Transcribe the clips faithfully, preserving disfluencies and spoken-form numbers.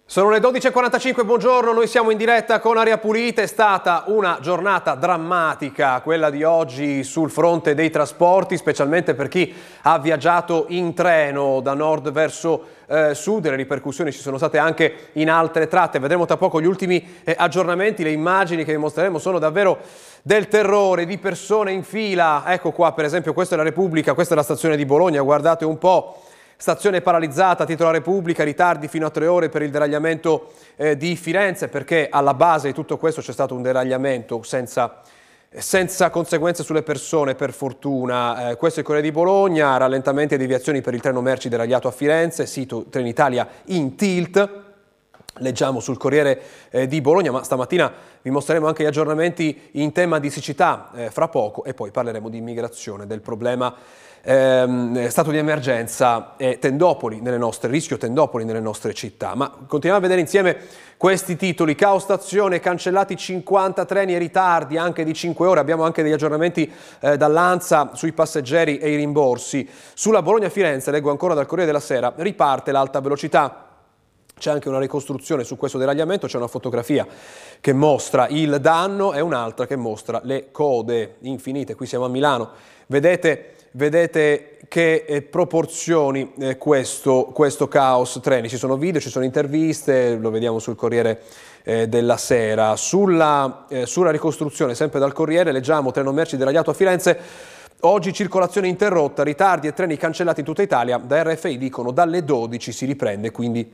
Sono le dodici e quarantacinque, buongiorno, noi siamo in diretta con Aria Pulita. È stata una giornata drammatica quella di oggi sul fronte dei trasporti, specialmente per chi ha viaggiato in treno da nord verso eh, sud. Le ripercussioni ci sono state anche in altre tratte. Vedremo tra poco gli ultimi eh, aggiornamenti. Le immagini che vi mostreremo sono davvero del terrore, di persone in fila. Ecco qua, per esempio, questa è la Repubblica, questa è la stazione di Bologna, guardate un po'. Stazione paralizzata, titolo La Repubblica, ritardi fino a tre ore per il deragliamento eh, di Firenze, perché alla base di tutto questo c'è stato un deragliamento senza, senza conseguenze sulle persone, per fortuna. Eh, questo è il Corriere di Bologna, rallentamenti e deviazioni per il treno merci deragliato a Firenze, sito Trenitalia in tilt. Leggiamo sul Corriere eh, di Bologna, ma stamattina vi mostreremo anche gli aggiornamenti in tema di siccità eh, fra poco, e poi parleremo di immigrazione, del problema ehm, stato di emergenza e tendopoli nelle nostre, rischio tendopoli nelle nostre città. Ma continuiamo a vedere insieme questi titoli. Caos stazione, cancellati cinquanta treni e ritardi anche di cinque ore. Abbiamo anche degli aggiornamenti eh, dall'ANSA sui passeggeri e i rimborsi. Sulla Bologna-Firenze, leggo ancora dal Corriere della Sera, riparte l'alta velocità. C'è anche una ricostruzione su questo deragliamento, c'è una fotografia che mostra il danno e un'altra che mostra le code infinite. Qui siamo a Milano, vedete, vedete che eh, proporzioni eh, questo, questo caos treni. Ci sono video, ci sono interviste, lo vediamo sul Corriere eh, della Sera. Sulla, eh, sulla ricostruzione, sempre dal Corriere, leggiamo treno merci deragliato a Firenze. Oggi circolazione interrotta, ritardi e treni cancellati in tutta Italia. Da R F I dicono dalle dodici si riprende, quindi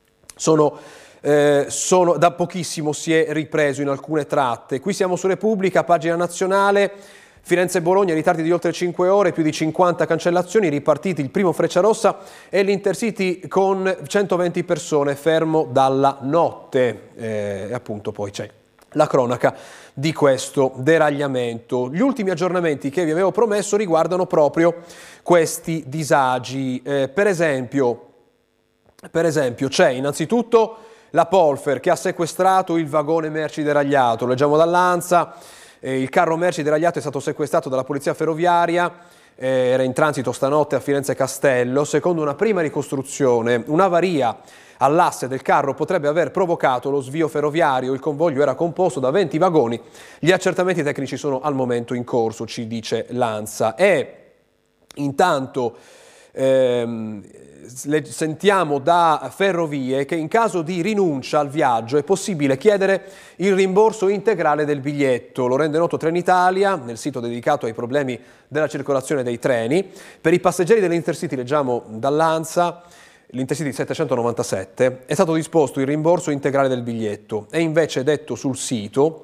Sono, eh, sono, da pochissimo si è ripreso in alcune tratte. Qui siamo su Repubblica, pagina nazionale, Firenze-Bologna, ritardi di oltre cinque ore, più di cinquanta cancellazioni, ripartiti il primo Frecciarossa e l'Intercity con centoventi persone, fermo dalla notte. Eh, e appunto poi c'è la cronaca di questo deragliamento. Gli ultimi aggiornamenti che vi avevo promesso riguardano proprio questi disagi. Eh, per esempio... Per esempio c'è innanzitutto la Polfer che ha sequestrato il vagone merci deragliato, lo leggiamo dall'ANSA, eh, il carro merci deragliato è stato sequestrato dalla polizia ferroviaria, eh, era in transito stanotte a Firenze Castello. Secondo una prima ricostruzione, un'avaria all'asse del carro potrebbe aver provocato lo svio ferroviario, il convoglio era composto da venti vagoni, gli accertamenti tecnici sono al momento in corso, ci dice l'ANSA. E intanto ehm, sentiamo da Ferrovie che in caso di rinuncia al viaggio è possibile chiedere il rimborso integrale del biglietto. Lo rende noto Trenitalia nel sito dedicato ai problemi della circolazione dei treni. Per i passeggeri dell'Intercity, leggiamo dall'ANSA, l'Intercity settecentonovantasette, è stato disposto il rimborso integrale del biglietto. È invece detto sul sito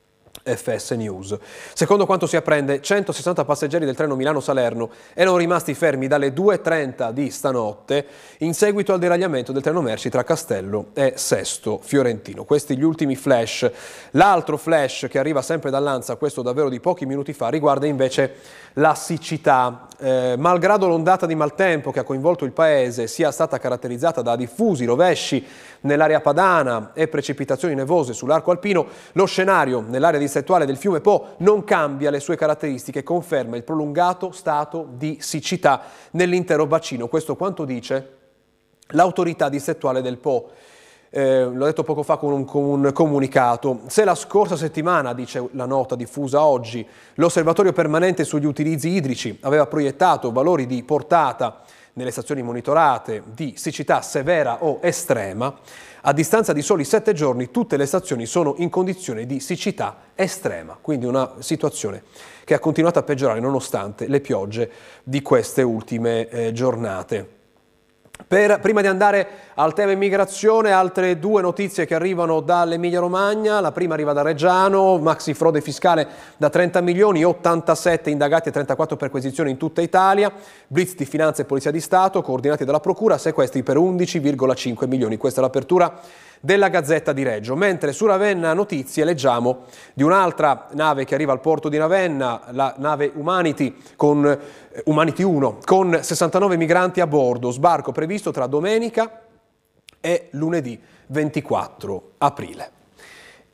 F S News. Secondo quanto si apprende, centosessanta passeggeri del treno Milano-Salerno erano rimasti fermi dalle due e trenta di stanotte in seguito al deragliamento del treno merci tra Castello e Sesto Fiorentino. Questi gli ultimi flash. L'altro flash che arriva sempre dall'ANSA, questo davvero di pochi minuti fa, riguarda invece la siccità. Eh, malgrado l'ondata di maltempo che ha coinvolto il paese sia stata caratterizzata da diffusi rovesci nell'area padana e precipitazioni nevose sull'arco alpino, lo scenario nell'area distrettuale del fiume Po non cambia le sue caratteristiche e conferma il prolungato stato di siccità nell'intero bacino. Questo quanto dice l'autorità distrettuale del Po. Eh, l'ho detto poco fa con un, con un comunicato. Se la scorsa settimana, dice la nota diffusa oggi, l'osservatorio permanente sugli utilizzi idrici aveva proiettato valori di portata nelle stazioni monitorate di siccità severa o estrema, a distanza di soli sette giorni tutte le stazioni sono in condizione di siccità estrema, quindi una situazione che ha continuato a peggiorare nonostante le piogge di queste ultime eh, giornate. Per, prima di andare al tema immigrazione, altre due notizie che arrivano dall'Emilia Romagna. La prima arriva da Reggiano, maxi frode fiscale da trenta milioni, ottantasette indagati e trentaquattro perquisizioni in tutta Italia, blitz di finanza e polizia di Stato coordinati dalla procura, sequestri per undici virgola cinque milioni. Questa è l'apertura della Gazzetta di Reggio. Mentre su Ravenna Notizie leggiamo di un'altra nave che arriva al porto di Ravenna, la nave Humanity, con, eh, Humanity uno, con sessantanove migranti a bordo, sbarco previsto tra domenica e lunedì ventiquattro aprile.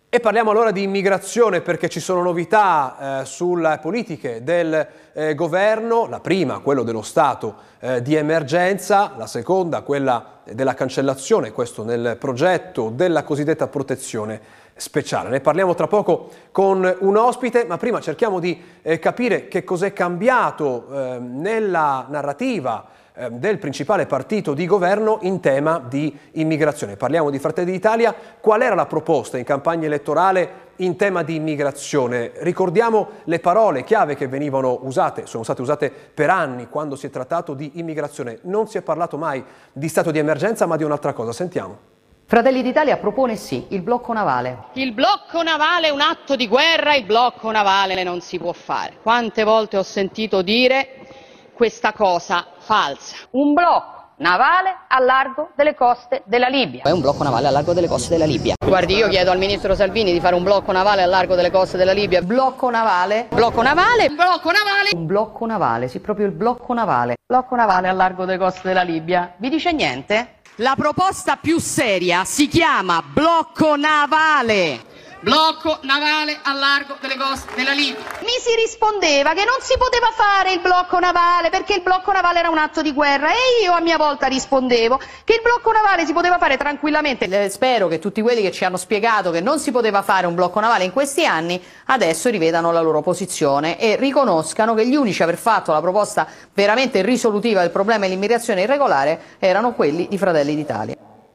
E parliamo allora di immigrazione perché ci sono novità eh, sulle politiche del eh, governo, la prima quello dello stato eh, di emergenza, la seconda quella della cancellazione, questo nel progetto della cosiddetta protezione speciale. Ne parliamo tra poco con un ospite, ma prima cerchiamo di eh, capire che cos'è cambiato eh, nella narrativa del principale partito di governo in tema di immigrazione. Parliamo di Fratelli d'Italia. Qual era la proposta in campagna elettorale in tema di immigrazione? Ricordiamo le parole chiave che venivano usate, sono state usate per anni quando si è trattato di immigrazione. Non si è parlato mai di stato di emergenza, ma di un'altra cosa. Sentiamo. Fratelli d'Italia propone sì, il blocco navale. Il blocco navale è un atto di guerra, il blocco navale non si può fare. Quante volte ho sentito dire questa cosa falsa. Un blocco navale a largo delle coste della Libia. È un blocco navale a largo delle coste della Libia. Guardi, io chiedo al ministro Salvini di fare un blocco navale a largo delle coste della Libia. Blocco navale. Blocco navale. Blocco navale. Un blocco navale, sì, proprio il blocco navale. Blocco navale a largo delle coste della Libia. Vi dice niente? La proposta più seria si chiama blocco navale. Blocco navale a largo delle coste della Libia. Mi si rispondeva che non si poteva fare il blocco navale perché il blocco navale era un atto di guerra e io a mia volta rispondevo che il blocco navale si poteva fare tranquillamente. Eh, spero che tutti quelli che ci hanno spiegato che non si poteva fare un blocco navale in questi anni adesso rivedano la loro posizione e riconoscano che gli unici a aver fatto la proposta veramente risolutiva del problema dell'immigrazione irregolare erano quelli di Fratelli d'Italia.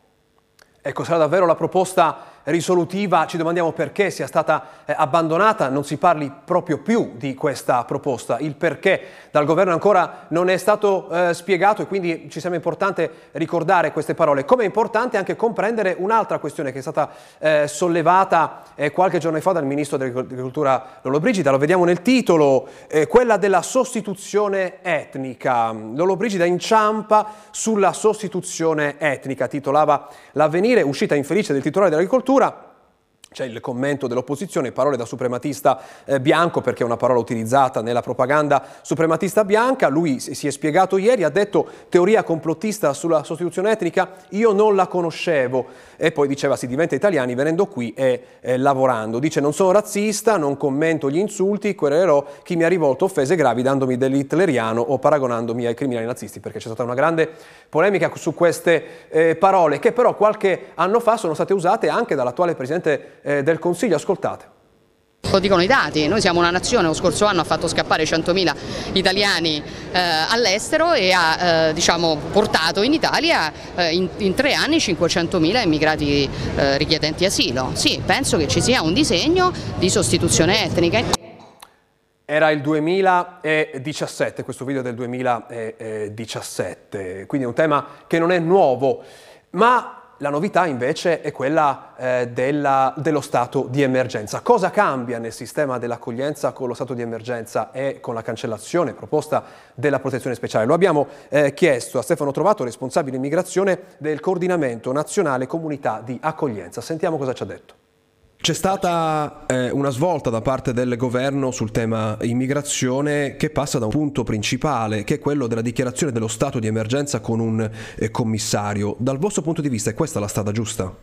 Ecco, sarà davvero la proposta risolutiva, ci domandiamo perché sia stata eh, abbandonata, non si parli proprio più di questa proposta, il perché dal governo ancora non è stato eh, spiegato e quindi ci sembra importante ricordare queste parole, come è importante anche comprendere un'altra questione che è stata eh, sollevata eh, qualche giorno fa dal ministro dell'agricoltura Lollobrigida, lo vediamo nel titolo, eh, quella della sostituzione etnica. Lollobrigida inciampa sulla sostituzione etnica, titolava l'Avvenire, uscita infelice del titolare dell'agricoltura. C'è il commento dell'opposizione, parole da suprematista eh, bianco, perché è una parola utilizzata nella propaganda suprematista bianca. Lui si è spiegato ieri, ha detto teoria complottista sulla sostituzione etnica, io non la conoscevo. E poi diceva si diventa italiani venendo qui e eh, lavorando. Dice non sono razzista, non commento gli insulti, querelerò chi mi ha rivolto offese gravi dandomi dell'hitleriano o paragonandomi ai criminali nazisti, perché c'è stata una grande polemica su queste eh, parole che però qualche anno fa sono state usate anche dall'attuale Presidente eh, del Consiglio. Ascoltate. Lo dicono i dati, noi siamo una nazione, lo scorso anno ha fatto scappare centomila italiani eh, all'estero e ha eh, diciamo, portato in Italia eh, in, in tre anni cinquecentomila immigrati eh, richiedenti asilo. Sì, penso che ci sia un disegno di sostituzione etnica. Era il duemiladiciassette, questo video è del duemiladiciassette, quindi è un tema che non è nuovo, ma la novità invece è quella eh, della, dello stato di emergenza. Cosa cambia nel sistema dell'accoglienza con lo stato di emergenza e con la cancellazione proposta della protezione speciale? Lo abbiamo eh, chiesto a Stefano Trovato, responsabile immigrazione del Coordinamento Nazionale Comunità di Accoglienza. Sentiamo cosa ci ha detto. C'è stata eh, una svolta da parte del governo sul tema immigrazione che passa da un punto principale, che è quello della dichiarazione dello stato di emergenza con un eh, commissario. Dal vostro punto di vista è questa la strada giusta?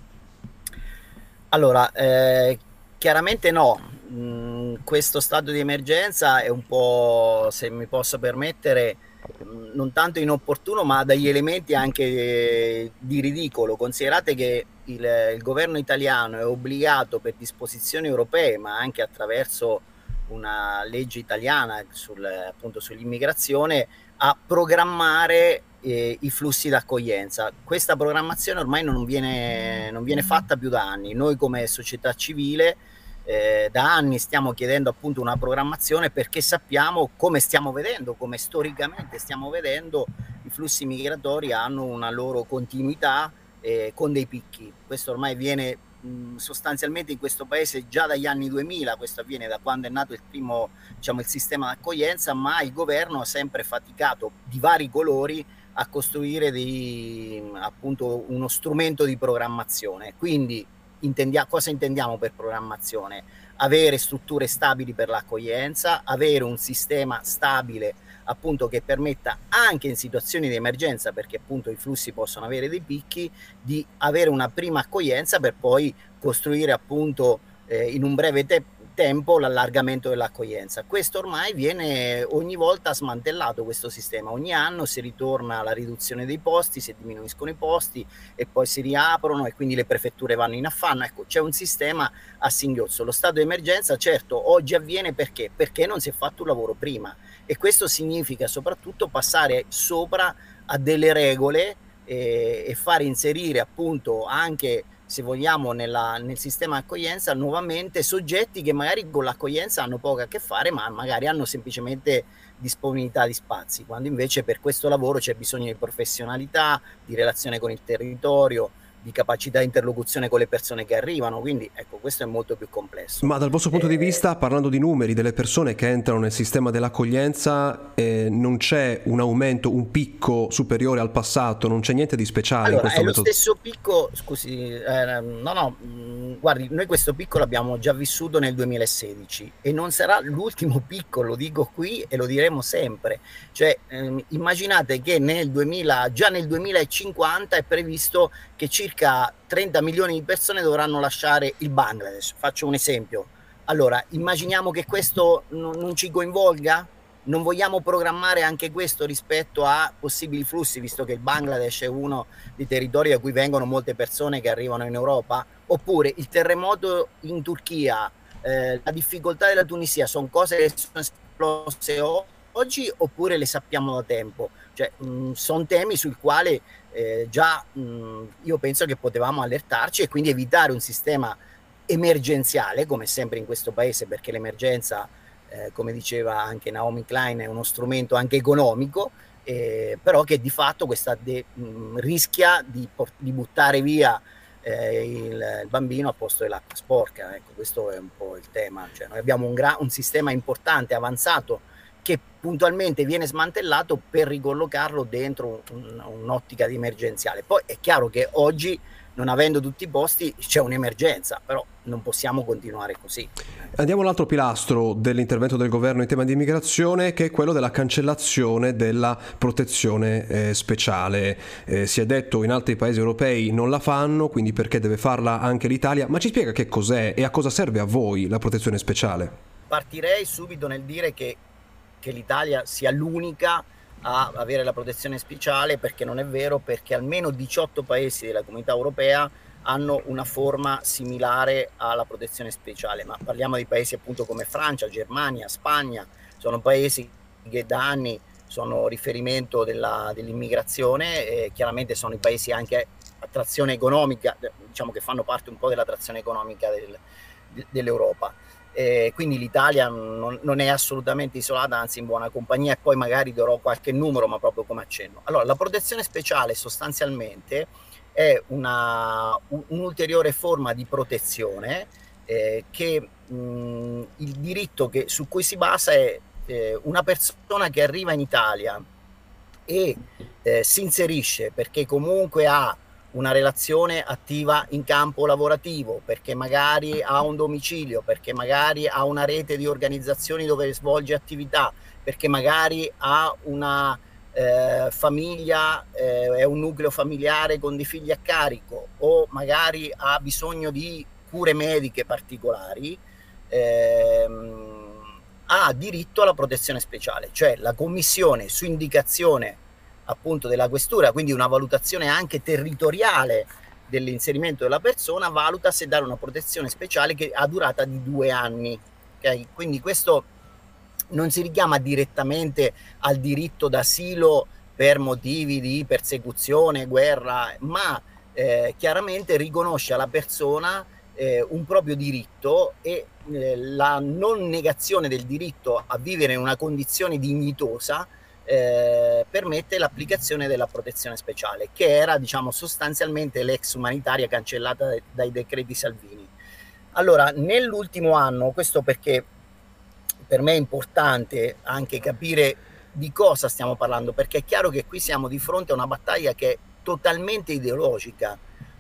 Allora, eh, chiaramente no. Mm, questo stato di emergenza è un po', se mi posso permettere, non tanto inopportuno ma dagli elementi anche di ridicolo. Considerate che il, il governo italiano è obbligato per disposizioni europee ma anche attraverso una legge italiana sul, appunto sull'immigrazione a programmare eh, i flussi d'accoglienza. Questa programmazione ormai non viene, non viene fatta più da anni. Noi come società civile Eh, da anni stiamo chiedendo appunto una programmazione perché sappiamo, come stiamo vedendo, come storicamente stiamo vedendo, i flussi migratori hanno una loro continuità eh, con dei picchi. Questo ormai viene mh, sostanzialmente in questo paese già dagli anni duemila, questo avviene da quando è nato il primo, diciamo, il sistema d'accoglienza, ma il governo ha sempre faticato di vari colori a costruire dei, appunto uno strumento di programmazione. Quindi Intendia- cosa intendiamo per programmazione? Avere strutture stabili per l'accoglienza, avere un sistema stabile appunto che permetta anche in situazioni di emergenza, perché appunto i flussi possono avere dei picchi, di avere una prima accoglienza per poi costruire appunto eh, in un breve te tempo l'allargamento dell'accoglienza. Questo ormai viene ogni volta smantellato, questo sistema, ogni anno si ritorna alla riduzione dei posti, si diminuiscono i posti e poi si riaprono e quindi le prefetture vanno in affanno. Ecco, c'è un sistema a singhiozzo. Lo stato di emergenza certo oggi avviene perché? Perché non si è fatto un lavoro prima, e questo significa soprattutto passare sopra a delle regole e, e fare inserire appunto anche, se vogliamo, nella, nel sistema accoglienza nuovamente soggetti che magari con l'accoglienza hanno poco a che fare, ma magari hanno semplicemente disponibilità di spazi, quando invece per questo lavoro c'è bisogno di professionalità, di relazione con il territorio, di capacità di interlocuzione con le persone che arrivano, quindi ecco, questo è molto più complesso. Ma dal vostro punto eh, di vista, parlando di numeri delle persone che entrano nel sistema dell'accoglienza, eh, non c'è un aumento, un picco superiore al passato, non c'è niente di speciale allora, in questo è metodo? lo stesso picco, scusi, eh, no no, mh, guardi, noi questo picco l'abbiamo già vissuto nel duemilasedici e non sarà l'ultimo picco, lo dico qui e lo diremo sempre, cioè ehm, immaginate che nel duemila, già nel duemilacinquanta è previsto che circa trenta milioni di persone dovranno lasciare il Bangladesh. Faccio un esempio. Allora, immaginiamo che questo non, non ci coinvolga? Non vogliamo programmare anche questo rispetto a possibili flussi, visto che il Bangladesh è uno dei territori da cui vengono molte persone che arrivano in Europa? Oppure il terremoto in Turchia, eh, la difficoltà della Tunisia, sono cose che sono esplose oggi oppure le sappiamo da tempo? Cioè, sono temi sul quale eh, già mh, io penso che potevamo allertarci e quindi evitare un sistema emergenziale, come sempre in questo paese, perché l'emergenza, eh, come diceva anche Naomi Klein, è uno strumento anche economico, eh, però che di fatto questa de, mh, rischia di, di buttare via eh, il, il bambino a posto dell'acqua sporca. Ecco, questo è un po' il tema. Cioè, noi abbiamo un, un sistema importante, avanzato, che puntualmente viene smantellato per ricollocarlo dentro un'ottica di emergenziale. Poi è chiaro che oggi, non avendo tutti i posti, c'è un'emergenza, però non possiamo continuare così. Andiamo all'altro pilastro dell'intervento del governo in tema di immigrazione, che è quello della cancellazione della protezione eh, speciale. Eh, si è detto in altri paesi europei non la fanno, quindi perché deve farla anche l'Italia? Ma ci spiega che cos'è e a cosa serve a voi la protezione speciale? Partirei subito nel dire che che l'Italia sia l'unica a avere la protezione speciale, perché non è vero, perché almeno diciotto paesi della comunità europea hanno una forma similare alla protezione speciale, ma parliamo di paesi appunto come Francia, Germania, Spagna, sono paesi che da anni sono riferimento dell'immigrazione e chiaramente sono i paesi anche a trazione economica, diciamo che fanno parte un po' della trazione economica del, dell'Europa. Eh, quindi l'Italia non, non è assolutamente isolata, anzi in buona compagnia, e poi magari darò qualche numero, ma proprio come accenno. Allora, la protezione speciale sostanzialmente è una, un'ulteriore forma di protezione eh, che mh, il diritto che, su cui si basa è eh, una persona che arriva in Italia e eh, si inserisce perché comunque ha una relazione attiva in campo lavorativo, perché magari ha un domicilio, perché magari ha una rete di organizzazioni dove svolge attività, perché magari ha una eh, famiglia, eh, è un nucleo familiare con dei figli a carico, o magari ha bisogno di cure mediche particolari, ehm, ha diritto alla protezione speciale, cioè la commissione su indicazione appunto della questura, quindi una valutazione anche territoriale dell'inserimento della persona, valuta se dare una protezione speciale che ha durata di due anni. Okay? Quindi questo non si richiama direttamente al diritto d'asilo per motivi di persecuzione, guerra, ma eh, chiaramente riconosce alla persona eh, un proprio diritto e eh, la non negazione del diritto a vivere in una condizione dignitosa Eh, permette l'applicazione della protezione speciale, che era, diciamo, sostanzialmente l'ex umanitaria cancellata dai, dai decreti Salvini. Allora, nell'ultimo anno, questo perché per me è importante anche capire di cosa stiamo parlando, perché è chiaro che qui siamo di fronte a una battaglia che è totalmente ideologica.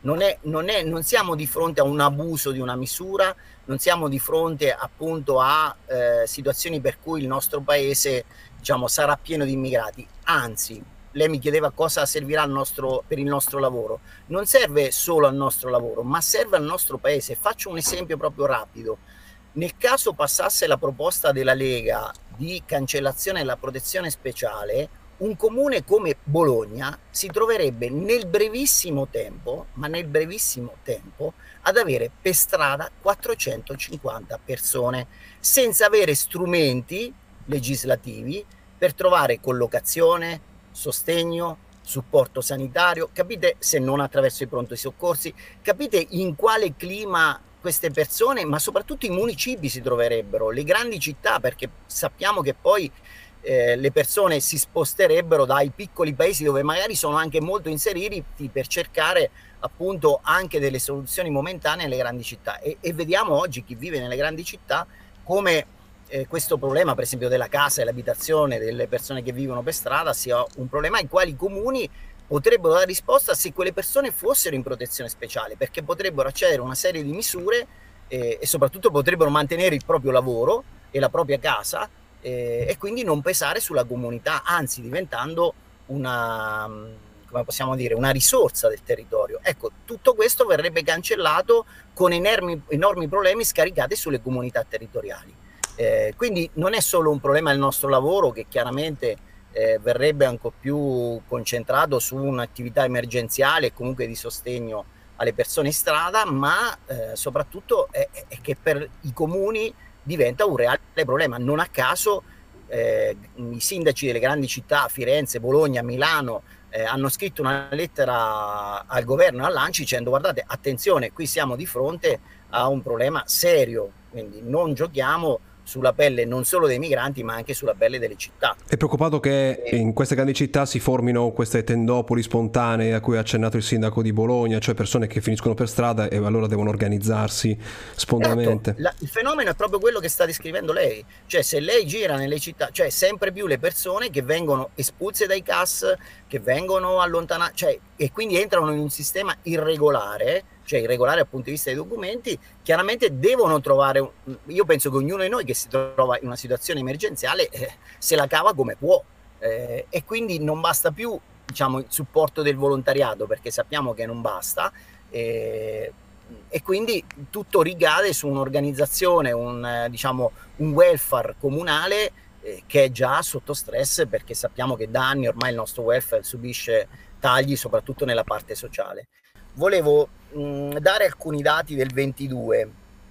Non, è, non, è, non siamo di fronte a un abuso di una misura, non siamo di fronte appunto a eh, situazioni per cui il nostro paese, diciamo, sarà pieno di immigrati. Anzi, lei mi chiedeva cosa servirà al nostro, per il nostro lavoro. Non serve solo al nostro lavoro, ma serve al nostro paese. Faccio un esempio proprio rapido. Nel caso passasse la proposta della Lega di cancellazione della protezione speciale, un comune come Bologna si troverebbe nel brevissimo tempo, ma nel brevissimo tempo, ad avere per strada quattrocentocinquanta persone, senza avere strumenti legislativi per trovare collocazione, sostegno, supporto sanitario. Capite, se non attraverso i pronti soccorsi, capite in quale clima queste persone, ma soprattutto i municipi, si troverebbero, le grandi città, perché sappiamo che poi eh, le persone si sposterebbero dai piccoli paesi dove magari sono anche molto inseriti per cercare appunto anche delle soluzioni momentanee alle grandi città. E, e vediamo oggi chi vive nelle grandi città come eh, questo problema, per esempio della casa e l'abitazione delle persone che vivono per strada, sia un problema ai quali i comuni potrebbero dare risposta se quelle persone fossero in protezione speciale, perché potrebbero accedere a una serie di misure eh, e soprattutto potrebbero mantenere il proprio lavoro e la propria casa eh, e quindi non pesare sulla comunità, anzi diventando una, come possiamo dire, una risorsa del territorio. Ecco, tutto questo verrebbe cancellato con enormi, enormi problemi scaricati sulle comunità territoriali. Eh, quindi non è solo un problema del nostro lavoro, che chiaramente Eh, verrebbe ancora più concentrato su un'attività emergenziale e comunque di sostegno alle persone in strada, ma eh, soprattutto è, è che per i comuni diventa un reale problema. Non a caso eh, i sindaci delle grandi città, Firenze, Bologna, Milano, eh, hanno scritto una lettera al governo e all'ANCI dicendo: guardate, attenzione, qui siamo di fronte a un problema serio, quindi non giochiamo sulla pelle non solo dei migranti ma anche sulla pelle delle città. È preoccupato che in queste grandi città si formino queste tendopoli spontanee a cui ha accennato il sindaco di Bologna, cioè persone che finiscono per strada e allora devono organizzarsi spontaneamente. Certo, la, il fenomeno è proprio quello che sta descrivendo lei, cioè se lei gira nelle città, cioè sempre più le persone che vengono espulse dai C A S, che vengono allontanate, cioè, e quindi entrano in un sistema irregolare, cioè irregolare dal punto di vista dei documenti, chiaramente devono trovare, io penso che ognuno di noi che si trova in una situazione emergenziale eh, se la cava come può eh, e quindi non basta più, diciamo, il supporto del volontariato, perché sappiamo che non basta eh, e quindi tutto ricade su un'organizzazione, un, eh, diciamo, un welfare comunale eh, che è già sotto stress, perché sappiamo che da anni ormai il nostro welfare subisce tagli soprattutto nella parte sociale. Volevo mh, dare alcuni dati del ventidue,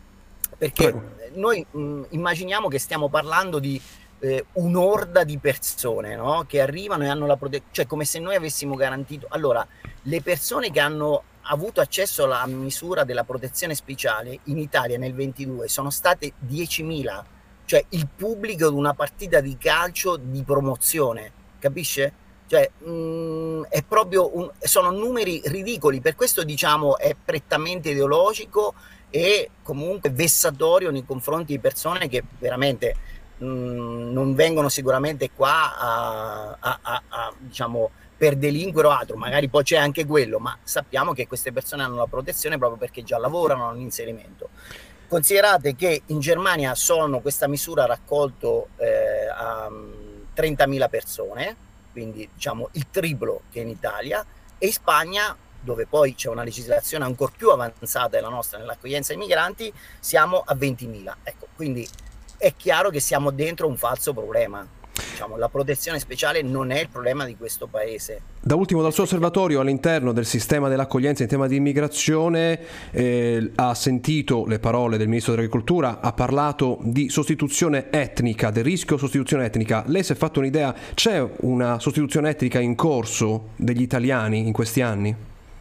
perché Prego. noi mh, immaginiamo che stiamo parlando di eh, un'orda di persone, no? Che arrivano e hanno la protezione, cioè come se noi avessimo garantito. Allora, le persone che hanno avuto accesso alla misura della protezione speciale in Italia nel ventidue sono state diecimila, cioè il pubblico di una partita di calcio di promozione, capisce? Cioè, mh, è proprio un, sono numeri ridicoli, per questo diciamo è prettamente ideologico e comunque vessatorio nei confronti di persone che veramente mh, non vengono sicuramente qua a, a, a, a, diciamo, per delinquere o altro, magari poi c'è anche quello, ma sappiamo che queste persone hanno la protezione proprio perché già lavorano, hanno un inserimento. Considerate che in Germania sono, questa misura ha raccolto eh, a trentamila persone, quindi diciamo il triplo che in Italia, e in Spagna, dove poi c'è una legislazione ancora più avanzata della nostra nell'accoglienza ai migranti, siamo a ventimila. Ecco, quindi è chiaro che siamo dentro un falso problema. Diciamo, la protezione speciale non è il problema di questo paese. Da ultimo, dal suo osservatorio all'interno del sistema dell'accoglienza in tema di immigrazione, eh, ha sentito le parole del Ministro dell'Agricoltura, ha parlato di sostituzione etnica, del rischio sostituzione etnica. Lei si è fatto un'idea, c'è una sostituzione etnica in corso degli italiani in questi anni?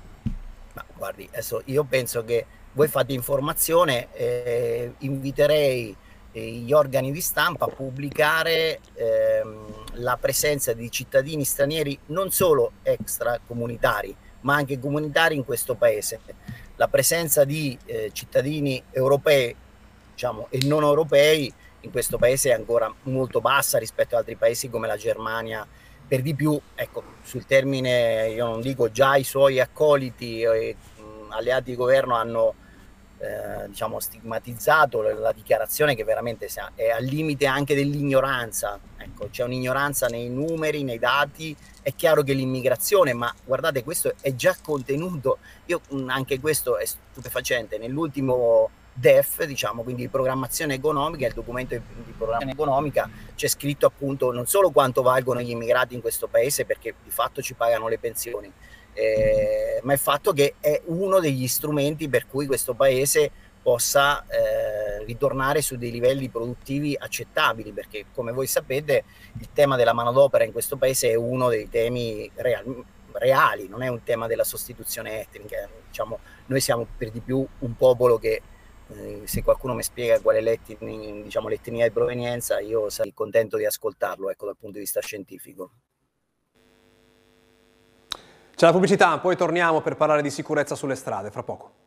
Ma guardi, adesso io penso che voi fate informazione, eh, inviterei gli organi di stampa a pubblicare ehm, la presenza di cittadini stranieri non solo extracomunitari ma anche comunitari in questo paese. La presenza di eh, cittadini europei, diciamo, e non europei in questo paese è ancora molto bassa rispetto ad altri paesi come la Germania. Per di più, ecco, sul termine, io non dico già i suoi accoliti eh, alleati di governo hanno eh, diciamo, stigmatizzato la, la dichiarazione, che veramente è al limite anche dell'ignoranza. Ecco, c'è un'ignoranza nei numeri, nei dati. È chiaro che l'immigrazione, ma guardate, questo è già contenuto, io, anche questo è stupefacente, nell'ultimo D E F, diciamo, quindi di programmazione economica, il documento di programmazione economica, c'è scritto appunto non solo quanto valgono gli immigrati in questo paese, perché di fatto ci pagano le pensioni, eh, ma il fatto che è uno degli strumenti per cui questo paese possa eh, ritornare su dei livelli produttivi accettabili, perché come voi sapete il tema della manodopera in questo paese è uno dei temi reali, reali non è un tema della sostituzione etnica. Diciamo, noi siamo per di più un popolo che eh, se qualcuno mi spiega qual è l'etnia, diciamo, l'etnia di provenienza, io sarei contento di ascoltarlo, ecco, dal punto di vista scientifico. C'è la pubblicità, poi torniamo per parlare di sicurezza sulle strade, fra poco.